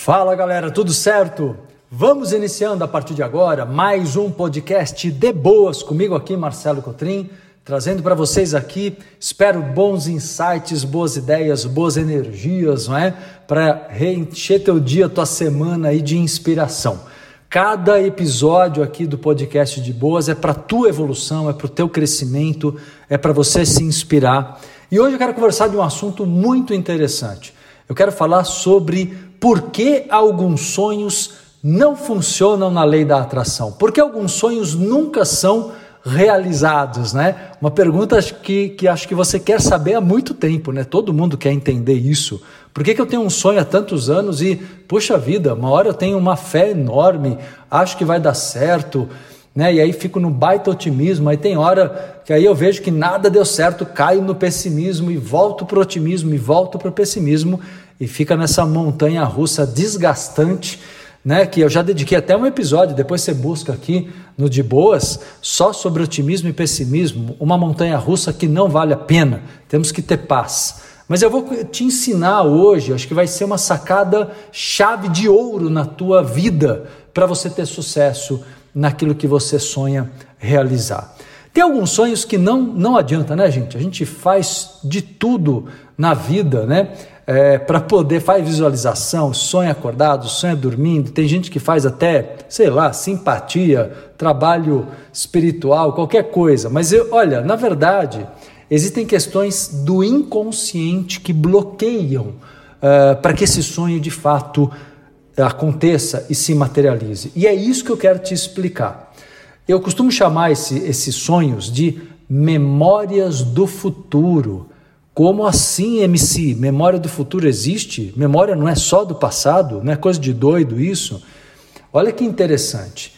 Fala galera, tudo certo? Vamos iniciando a partir de agora mais um podcast de boas comigo aqui, Marcelo Cotrim, trazendo para vocês aqui, espero bons insights, boas ideias, boas energias, não é? Para reencher teu dia, tua semana aí de inspiração. Cada episódio aqui do podcast de boas é para tua evolução, é para o teu crescimento, é para você se inspirar. E hoje eu quero conversar de um assunto muito interessante. Eu quero falar sobre por que alguns sonhos não funcionam na lei da atração. Por que alguns sonhos nunca são realizados, né? Uma pergunta que acho que você quer saber há muito tempo, né? Todo mundo quer entender isso. Por que eu tenho um sonho há tantos anos e, puxa vida, uma hora eu tenho uma fé enorme, acho que vai dar certo, né? E aí fico no baita otimismo, aí tem hora que aí eu vejo que nada deu certo, caio no pessimismo e volto para o otimismo e volto para o pessimismo e fica nessa montanha russa desgastante, né? Que eu já dediquei até um episódio, depois você busca aqui no De Boas, só sobre otimismo e pessimismo, uma montanha russa que não vale a pena, temos que ter paz. Mas eu vou te ensinar hoje, acho que vai ser uma sacada chave de ouro na tua vida para você ter sucesso naquilo que você sonha realizar. Tem alguns sonhos que não adianta, né, gente? A gente faz de tudo na vida, né? Para poder, faz visualização, sonha acordado, sonha dormindo, tem gente que faz até, sei lá, simpatia, trabalho espiritual, qualquer coisa. Mas olha, na verdade, existem questões do inconsciente que bloqueiam para que esse sonho de fato aconteça e se materialize. E é isso que eu quero te explicar. Eu costumo chamar esses sonhos de memórias do futuro. Como assim, MC? Memória do futuro existe? Memória não é só do passado? Não é coisa de doido isso? Olha que interessante.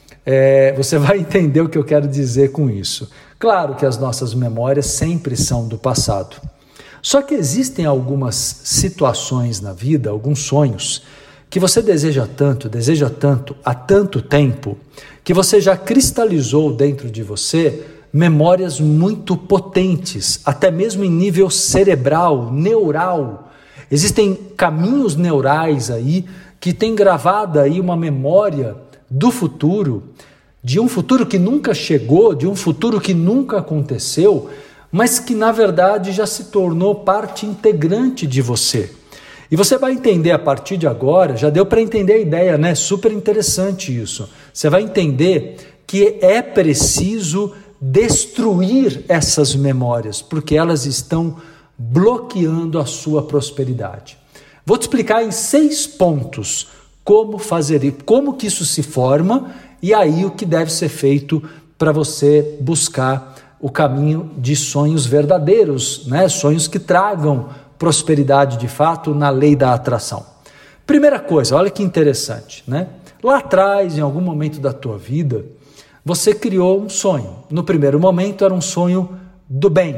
Você vai entender o que eu quero dizer com isso. Claro que as nossas memórias sempre são do passado. Só que existem algumas situações na vida, alguns sonhos, que você deseja tanto há tanto tempo, que você já cristalizou dentro de você memórias muito potentes, até mesmo em nível cerebral, neural. Existem caminhos neurais aí que têm gravada aí uma memória do futuro, de um futuro que nunca chegou, de um futuro que nunca aconteceu, mas que na verdade já se tornou parte integrante de você. E você vai entender a partir de agora, já deu para entender a ideia, né? Super interessante isso. Você vai entender que é preciso destruir essas memórias, porque elas estão bloqueando a sua prosperidade. Vou te explicar em 6 pontos como fazer isso, como que isso se forma e aí o que deve ser feito para você buscar o caminho de sonhos verdadeiros, né? Sonhos que tragam prosperidade de fato na lei da atração. Primeira coisa, olha que interessante, né? Lá atrás, em algum momento da tua vida, você criou um sonho. No primeiro momento era um sonho do bem,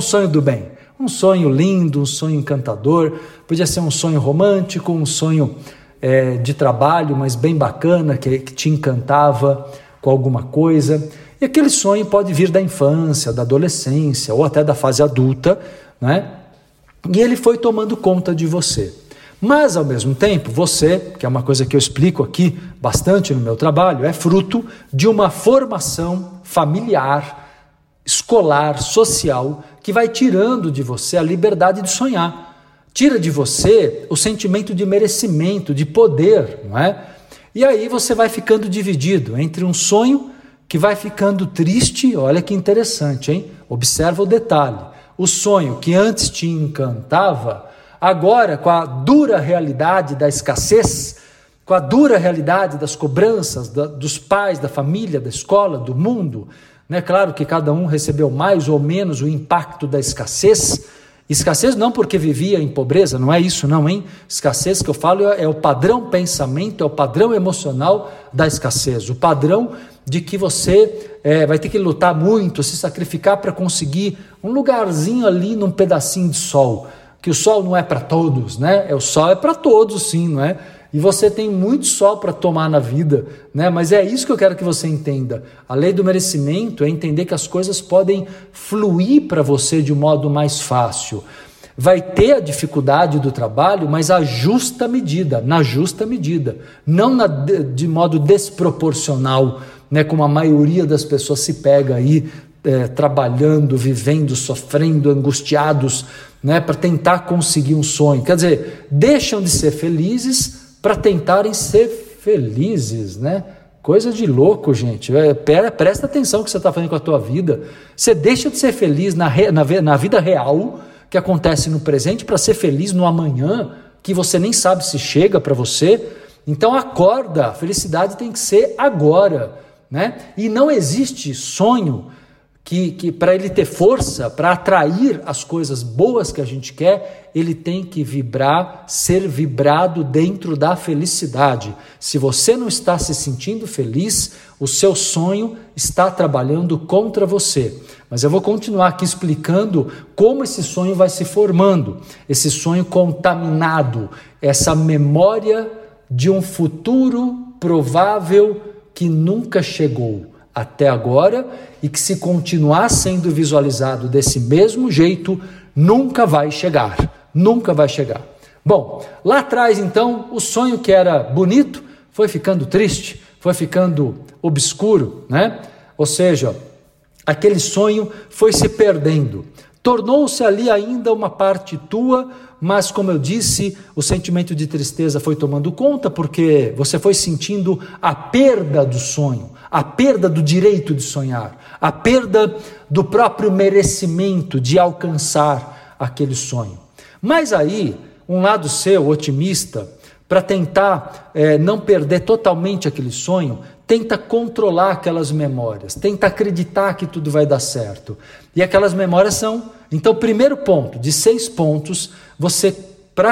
um sonho lindo, um sonho encantador, podia ser um sonho romântico, um sonho de trabalho, mas bem bacana, que te encantava com alguma coisa. E aquele sonho pode vir da infância, da adolescência ou até da fase adulta, né? E ele foi tomando conta de você. Mas, ao mesmo tempo, você, que é uma coisa que eu explico aqui bastante no meu trabalho, é fruto de uma formação familiar, escolar, social, que vai tirando de você a liberdade de sonhar. Tira de você o sentimento de merecimento, de poder, não é? E aí você vai ficando dividido entre um sonho que vai ficando triste, olha que interessante, hein? Observa o detalhe. O sonho que antes te encantava, agora, com a dura realidade da escassez, com a dura realidade das cobranças dos pais, da família, da escola, do mundo, né? Claro que cada um recebeu mais ou menos o impacto da escassez. Escassez não porque vivia em pobreza, não é isso não, hein? Escassez que eu falo é o padrão pensamento, é o padrão emocional da escassez, o padrão de que você vai ter que lutar muito, se sacrificar para conseguir um lugarzinho ali num pedacinho de sol, que o sol não é para todos, né? O sol é para todos, sim, não é? E você tem muito sol para tomar na vida, né? Mas é isso que eu quero que você entenda. A lei do merecimento é entender que as coisas podem fluir para você de um modo mais fácil. vai ter a dificuldade do trabalho, mas na justa medida, não de modo desproporcional, né, como a maioria das pessoas se pega aí, trabalhando, vivendo, sofrendo, angustiados, né, para tentar conseguir um sonho. Quer dizer, deixam de ser felizes para tentarem ser felizes, né? Coisa de louco, gente. Presta atenção no que você está fazendo com a tua vida. Você deixa de ser feliz na vida real, que acontece no presente, para ser feliz no amanhã, que você nem sabe se chega para você. Então acorda, a felicidade tem que ser agora, né? E não existe sonho que para ele ter força, para atrair as coisas boas que a gente quer, ele tem que vibrar, ser vibrado dentro da felicidade. Se você não está se sentindo feliz, o seu sonho está trabalhando contra você. Mas eu vou continuar aqui explicando como esse sonho vai se formando, esse sonho contaminado, essa memória de um futuro provável que nunca chegou até agora e que, se continuar sendo visualizado desse mesmo jeito, nunca vai chegar. Bom, lá atrás então, o sonho que era bonito foi ficando triste, foi ficando obscuro, né? Ou seja, aquele sonho foi se perdendo. Tornou-se ali ainda uma parte tua, mas, como eu disse, o sentimento de tristeza foi tomando conta, porque você foi sentindo a perda do sonho, a perda do direito de sonhar, a perda do próprio merecimento de alcançar aquele sonho. Mas aí, um lado seu, otimista, para tentar não perder totalmente aquele sonho, tenta controlar aquelas memórias, tenta acreditar que tudo vai dar certo. E aquelas memórias são... Então, primeiro ponto, de 6 pontos, você, para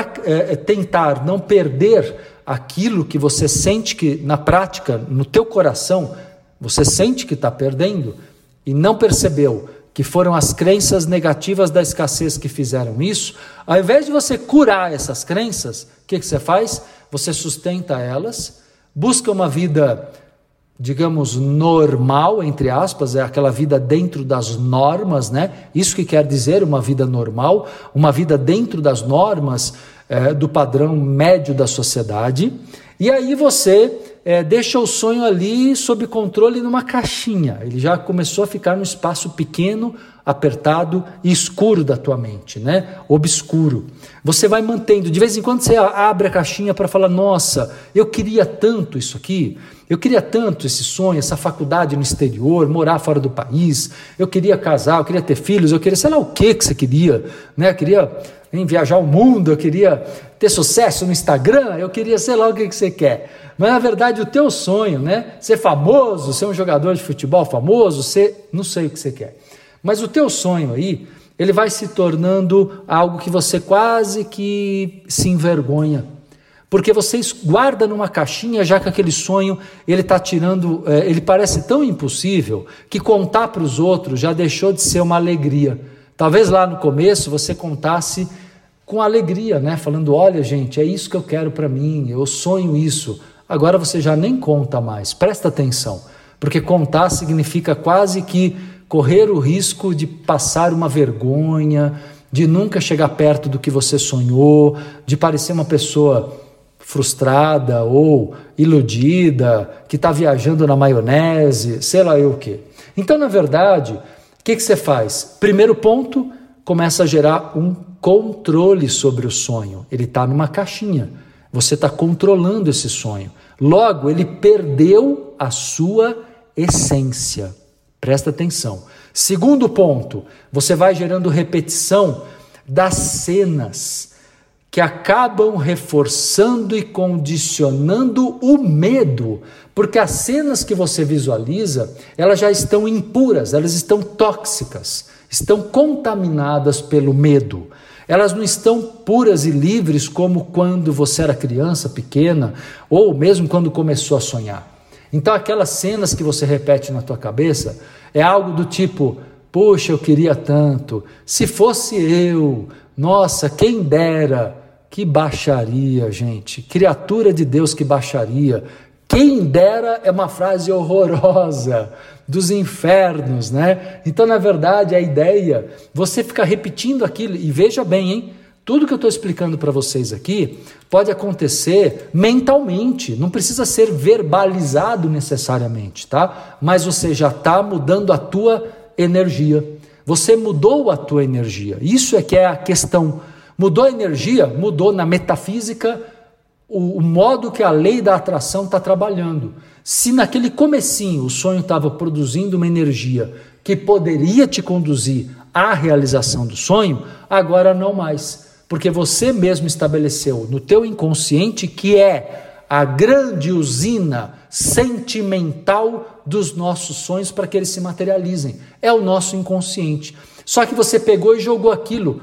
tentar não perder aquilo que você sente que, na prática, no teu coração, você sente que está perdendo e não percebeu que foram as crenças negativas da escassez que fizeram isso, ao invés de você curar essas crenças, o que você faz? Você sustenta elas, busca uma vida, digamos, normal, entre aspas, é aquela vida dentro das normas, né? Isso que quer dizer uma vida normal, uma vida dentro das normas do padrão médio da sociedade, e aí você deixa o sonho ali sob controle numa caixinha, ele já começou a ficar num espaço pequeno, apertado e escuro da tua mente, né? Obscuro. Você vai mantendo, de vez em quando você abre a caixinha para falar, nossa, eu queria tanto isso aqui, eu queria tanto esse sonho, essa faculdade no exterior, morar fora do país, eu queria casar, eu queria ter filhos, eu queria sei lá o que você queria, né? Eu queria viajar o mundo, eu queria ter sucesso no Instagram, eu queria sei lá o que você quer. Mas na verdade o teu sonho, né? Ser famoso, ser um jogador de futebol famoso, não sei o que você quer. Mas o teu sonho aí, ele vai se tornando algo que você quase que se envergonha. Porque você guarda numa caixinha, já que aquele sonho, ele está tirando, ele parece tão impossível, que contar para os outros já deixou de ser uma alegria. Talvez lá no começo você contasse com alegria, né? Falando, olha gente, é isso que eu quero para mim, eu sonho isso. Agora você já nem conta mais, presta atenção. Porque contar significa quase que correr o risco de passar uma vergonha, de nunca chegar perto do que você sonhou, de parecer uma pessoa frustrada ou iludida, que está viajando na maionese, sei lá eu o quê. Então, na verdade, o que você faz? Primeiro ponto, começa a gerar um controle sobre o sonho. Ele está numa caixinha, você está controlando esse sonho. Logo, ele perdeu a sua essência. Presta atenção. Segundo ponto, você vai gerando repetição das cenas que acabam reforçando e condicionando o medo, porque as cenas que você visualiza, elas já estão impuras, elas estão tóxicas, estão contaminadas pelo medo. Elas não estão puras e livres como quando você era criança, pequena, ou mesmo quando começou a sonhar. Então aquelas cenas que você repete na tua cabeça é algo do tipo, puxa, eu queria tanto, se fosse eu, nossa, quem dera, que baixaria, gente, criatura de Deus, que baixaria, quem dera é uma frase horrorosa, dos infernos, né? Então, na verdade, a ideia, você fica repetindo aquilo, e veja bem, hein? Tudo que eu estou explicando para vocês aqui pode acontecer mentalmente, não precisa ser verbalizado necessariamente, tá? Mas você já está mudando a tua energia. Você mudou a tua energia. Isso é que é a questão. Mudou a energia, mudou na metafísica o modo que a lei da atração está trabalhando. Se naquele comecinho o sonho estava produzindo uma energia que poderia te conduzir à realização do sonho, agora não mais. Porque você mesmo estabeleceu no teu inconsciente que é a grande usina sentimental dos nossos sonhos para que eles se materializem. É o nosso inconsciente. Só que você pegou e jogou aquilo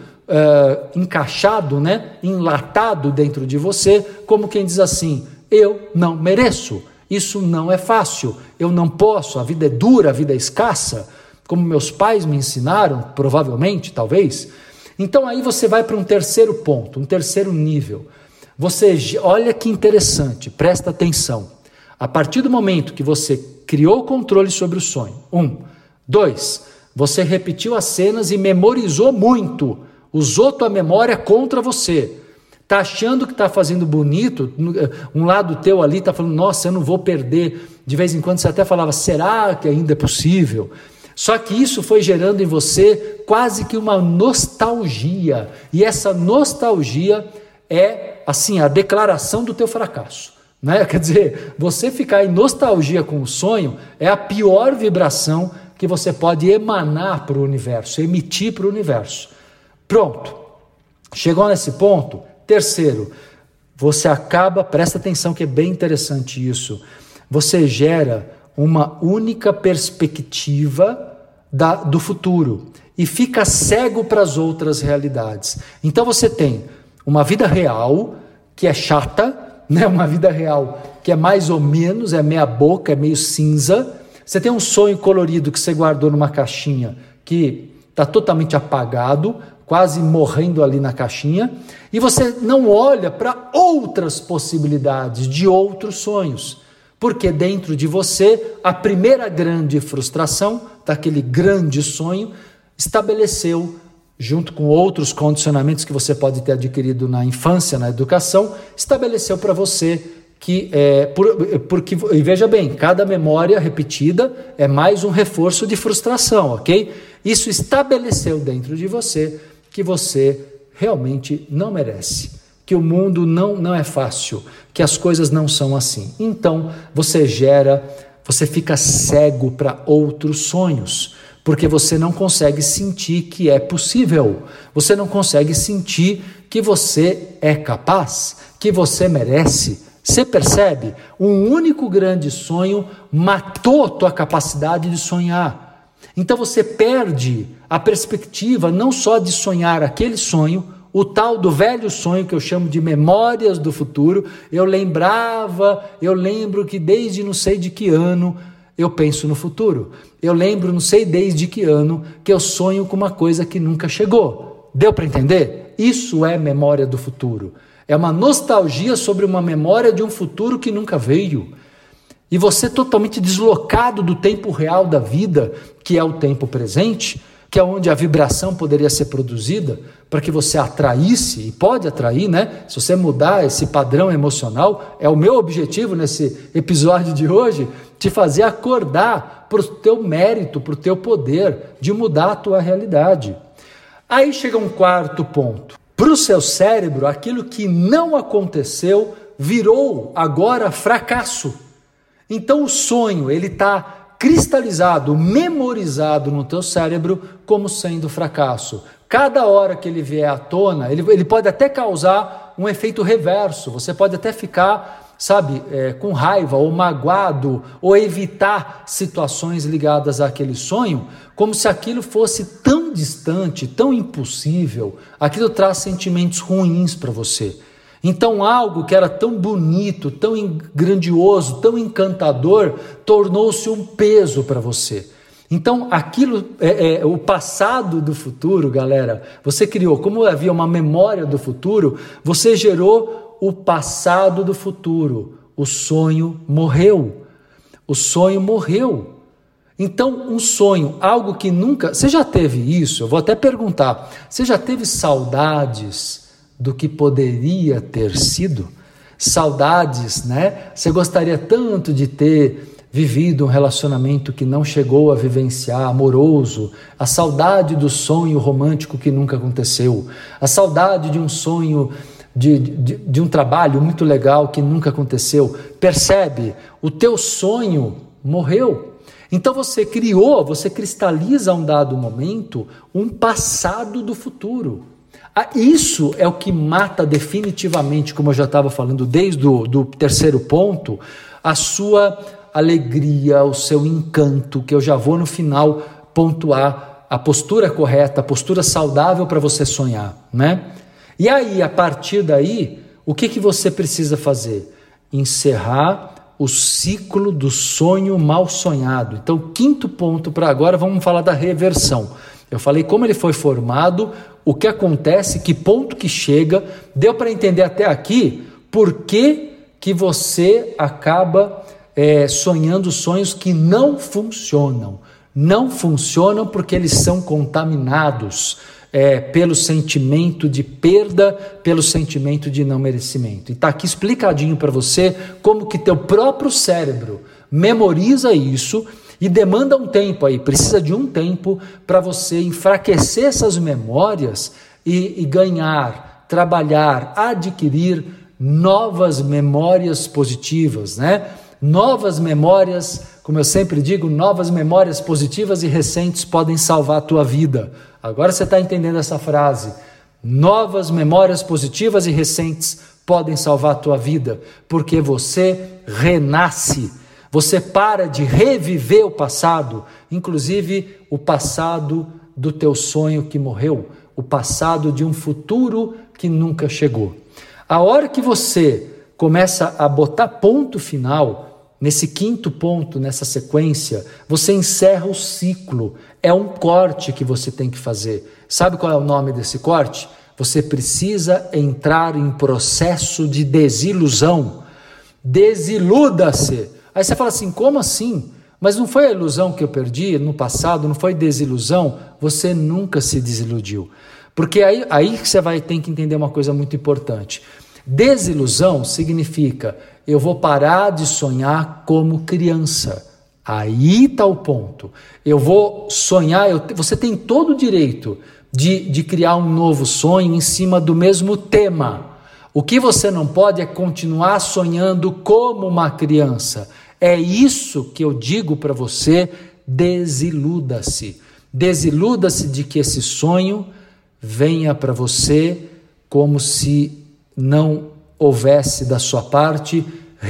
encaixado, né, enlatado dentro de você, como quem diz assim, eu não mereço, isso não é fácil, eu não posso, a vida é dura, a vida é escassa, como meus pais me ensinaram, provavelmente, talvez. Então aí você vai para um terceiro ponto, um terceiro nível. Olha que interessante, presta atenção. A partir do momento que você criou o controle sobre o sonho, 1. 2, você repetiu as cenas e memorizou muito, usou tua memória contra você. Está achando que está fazendo bonito, um lado teu ali está falando, nossa, eu não vou perder. De vez em quando você até falava, será que ainda é possível? Só que isso foi gerando em você quase que uma nostalgia. E essa nostalgia é, assim, a declaração do teu fracasso, né? Quer dizer, você ficar em nostalgia com o sonho é a pior vibração que você pode emanar para o universo, emitir para o universo. Pronto. Chegou nesse ponto? Terceiro, você acaba, presta atenção que é bem interessante isso, você gera uma única perspectiva do futuro e fica cego para as outras realidades. Então você tem uma vida real que é chata, né? Uma vida real que é mais ou menos, é meia boca, é meio cinza. Você tem um sonho colorido que você guardou numa caixinha que está totalmente apagado, quase morrendo ali na caixinha, e você não olha para outras possibilidades de outros sonhos. Porque dentro de você, a primeira grande frustração daquele grande sonho estabeleceu, junto com outros condicionamentos que você pode ter adquirido na infância, na educação, estabeleceu para você que, porque, e veja bem, cada memória repetida é mais um reforço de frustração, ok? Isso estabeleceu dentro de você que você realmente não merece, que o mundo não é fácil, que as coisas não são assim. Então, você fica cego para outros sonhos, porque você não consegue sentir que é possível, você não consegue sentir que você é capaz, que você merece. Você percebe? Um único grande sonho matou tua capacidade de sonhar. Então você perde a perspectiva não só de sonhar aquele sonho, o tal do velho sonho que eu chamo de memórias do futuro. Eu lembro que desde não sei de que ano eu penso no futuro. Eu lembro não sei desde que ano que eu sonho com uma coisa que nunca chegou. Deu para entender? Isso é memória do futuro. É uma nostalgia sobre uma memória de um futuro que nunca veio. E você totalmente deslocado do tempo real da vida, que é o tempo presente, que é onde a vibração poderia ser produzida, para que você atraísse, e pode atrair, né? Se você mudar esse padrão emocional, é o meu objetivo nesse episódio de hoje, te fazer acordar para o teu mérito, para o teu poder, de mudar a tua realidade. Aí chega um quarto ponto. Para o seu cérebro, aquilo que não aconteceu virou agora fracasso. Então o sonho, ele está cristalizado, memorizado no teu cérebro como sendo fracasso. Cada hora que ele vier à tona, ele pode até causar um efeito reverso. Você pode até ficar, com raiva ou magoado, ou evitar situações ligadas àquele sonho, como se aquilo fosse tão distante, tão impossível. Aquilo traz sentimentos ruins para você. Então algo que era tão bonito, tão grandioso, tão encantador, tornou-se um peso para você. Então aquilo, o passado do futuro, galera, você criou, como havia uma memória do futuro, você gerou o passado do futuro. O sonho morreu. O sonho morreu. Então, um sonho, algo que nunca... Você já teve isso? Eu vou até perguntar. Você já teve saudades do que poderia ter sido? Saudades, né? Você gostaria tanto de ter vivido um relacionamento que não chegou a vivenciar, amoroso, a saudade do sonho romântico que nunca aconteceu, a saudade de um sonho, de um trabalho muito legal que nunca aconteceu. Percebe? O teu sonho morreu. Então você cristaliza a um dado momento um passado do futuro. Isso é o que mata definitivamente, como eu já estava falando desde o terceiro ponto, a sua alegria, o seu encanto, que eu já vou no final pontuar a postura correta, a postura saudável para você sonhar, né? E aí, a partir daí, o que você precisa fazer? Encerrar o ciclo do sonho mal sonhado. Então, quinto ponto para agora, vamos falar da reversão. Eu falei como ele foi formado, o que acontece, que ponto que chega, deu para entender até aqui por que você acaba sonhando sonhos que não funcionam. Não funcionam porque eles são contaminados pelo sentimento de perda, pelo sentimento de não merecimento. E está aqui explicadinho para você como que teu próprio cérebro memoriza isso e demanda um tempo aí, precisa de um tempo para você enfraquecer essas memórias e ganhar, trabalhar, adquirir novas memórias positivas, né? Novas memórias, como eu sempre digo, novas memórias positivas e recentes podem salvar a tua vida. Agora você está entendendo essa frase. Novas memórias positivas e recentes podem salvar a tua vida, porque você renasce. Você para de reviver o passado, inclusive o passado do teu sonho que morreu, o passado de um futuro que nunca chegou. A hora que você começa a botar ponto final, nesse quinto ponto, nessa sequência, você encerra o ciclo. É um corte que você tem que fazer. Sabe qual é o nome desse corte? Você precisa entrar em processo de desilusão. Desiluda-se. Aí você fala assim, como assim? Mas não foi a ilusão que eu perdi no passado, não foi desilusão? Você nunca se desiludiu. Porque aí você vai ter que entender uma coisa muito importante. Desilusão significa, eu vou parar de sonhar como criança. Aí está o ponto. Eu vou sonhar, você tem todo o direito de criar um novo sonho em cima do mesmo tema. O que você não pode é continuar sonhando como uma criança. É isso que eu digo para você, desiluda-se. Desiluda-se de que esse sonho venha para você como se não houvesse da sua parte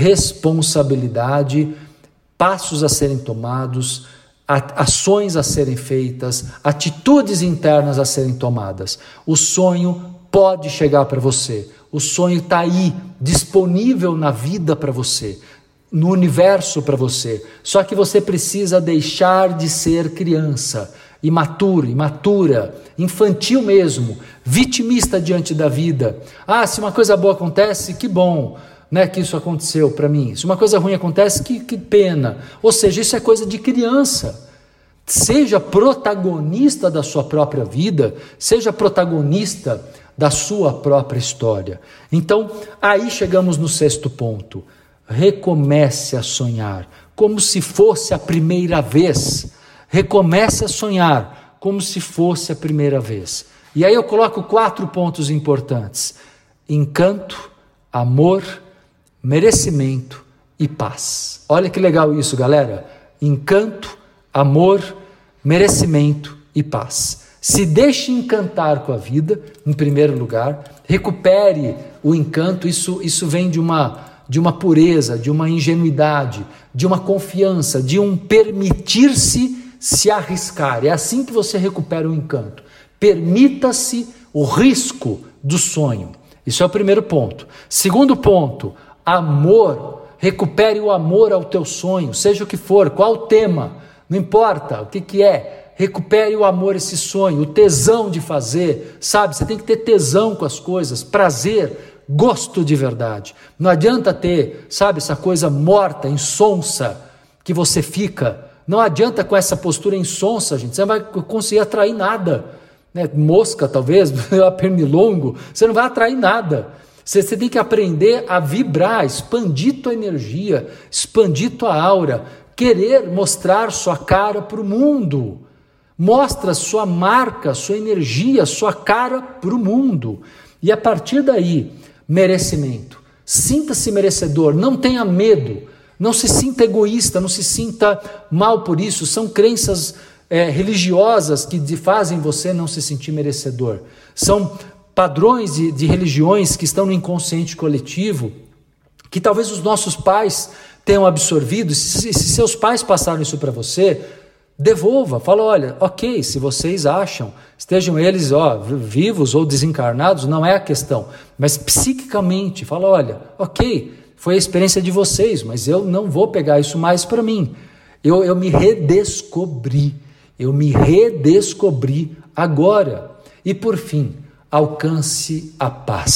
responsabilidade, passos a serem tomados, ações a serem feitas, atitudes internas a serem tomadas. O sonho pode chegar para você. O sonho está aí, disponível na vida para você, no universo para você. Só que você precisa deixar de ser criança, imaturo, imatura, infantil mesmo, vitimista diante da vida. Ah, se uma coisa boa acontece, que bom, né, que isso aconteceu para mim. Se uma coisa ruim acontece, que pena. Ou seja, isso é coisa de criança. Seja protagonista da sua própria vida, seja protagonista da sua própria história. Então, aí chegamos no sexto ponto. Recomece a sonhar como se fosse a primeira vez. Recomece a sonhar como se fosse a primeira vez. E aí eu coloco 4 pontos importantes: encanto, amor, merecimento e paz. Olha que legal isso, galera. Encanto, amor, merecimento e paz. Se deixe encantar com a vida, em primeiro lugar. Recupere o encanto. Isso vem de uma pureza, de uma ingenuidade, de uma confiança, de um permitir-se se arriscar. É assim que você recupera o encanto. Permita-se o risco do sonho. Isso é o primeiro ponto. Segundo ponto, amor. Recupere o amor ao teu sonho, seja o que for, qual o tema, não importa o que é. Recupere o amor a esse sonho, o tesão de fazer, sabe? Você tem que ter tesão com as coisas, prazer, gosto de verdade. Não adianta ter, sabe, essa coisa morta, insonsa, que você fica Não adianta com essa postura insonsa, gente, você não vai conseguir atrair nada, né? Mosca talvez, pernilongo, você não vai atrair nada. Você tem que aprender a vibrar, expandir tua energia, expandir tua aura, querer mostrar sua cara para o mundo. Mostra sua marca, sua energia, sua cara para o mundo. E a partir daí, merecimento. Sinta-se merecedor, não tenha medo, não se sinta egoísta, não se sinta mal por isso. São crenças religiosas que fazem você não se sentir merecedor. São padrões de religiões que estão no inconsciente coletivo, que talvez os nossos pais tenham absorvido. Se seus pais passaram isso para você, devolva, fala, olha, ok, se vocês acham, estejam eles vivos ou desencarnados, não é a questão, mas psiquicamente, fala, olha, ok, foi a experiência de vocês, mas eu não vou pegar isso mais para mim, eu me redescobri agora. E por fim, alcance a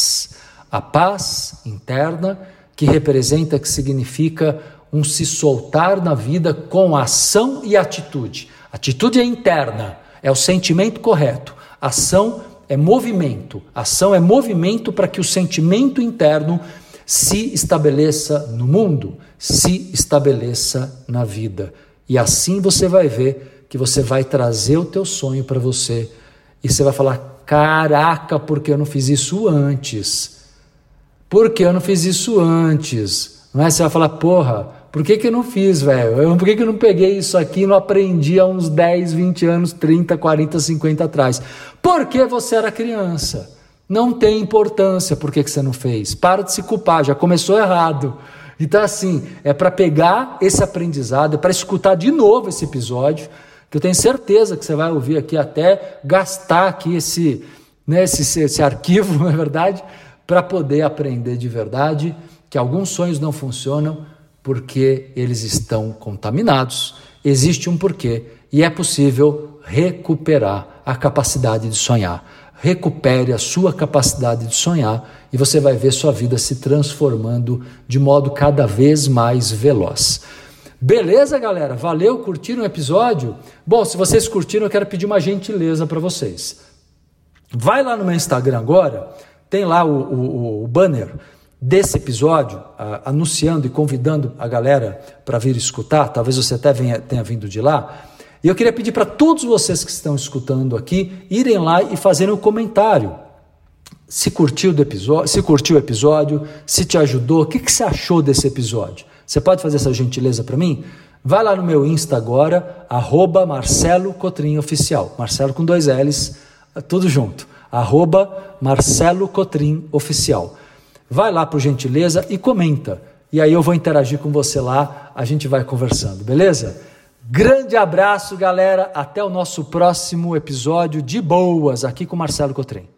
paz interna, que representa, que significa um se soltar na vida com ação e atitude. Atitude é interna, é o sentimento correto. Ação é movimento. Ação é movimento para que o sentimento interno se estabeleça no mundo, se estabeleça na vida. E assim você vai ver que você vai trazer o teu sonho para você e você vai falar, caraca, por que eu não fiz isso antes? Por que eu não fiz isso antes? Não é? Você vai falar, porra, por que eu não fiz, velho? Por que eu não peguei isso aqui e não aprendi há uns 10, 20 anos, 30, 40, 50 atrás? Porque você era criança. Não tem importância por que você não fez. Para de se culpar, já começou errado. Então assim, é para pegar esse aprendizado, é para escutar de novo esse episódio, que eu tenho certeza que você vai ouvir aqui até gastar aqui esse arquivo, não é verdade? Para poder aprender de verdade que alguns sonhos não funcionam porque eles estão contaminados. Existe um porquê e é possível recuperar a capacidade de sonhar. Recupere a sua capacidade de sonhar e você vai ver sua vida se transformando de modo cada vez mais veloz. Beleza, galera? Valeu? Curtiram o episódio? Bom, se vocês curtiram, eu quero pedir uma gentileza para vocês. Vai lá no meu Instagram agora, tem lá o banner desse episódio, anunciando e convidando a galera para vir escutar. Talvez você até tenha vindo de lá. E eu queria pedir para todos vocês que estão escutando aqui, irem lá e fazerem um comentário. Se curtiu o episódio, se te ajudou, o que você achou desse episódio? Você pode fazer essa gentileza para mim? Vai lá no meu Insta agora, @MarceloCotrinOficial. Marcelo com 2 L's, tudo junto. @MarceloCotrinOficial. Vai lá por gentileza e comenta. E aí eu vou interagir com você lá, a gente vai conversando, beleza? Grande abraço, galera. Até o nosso próximo episódio de Boas, aqui com Marcelo Cotrim.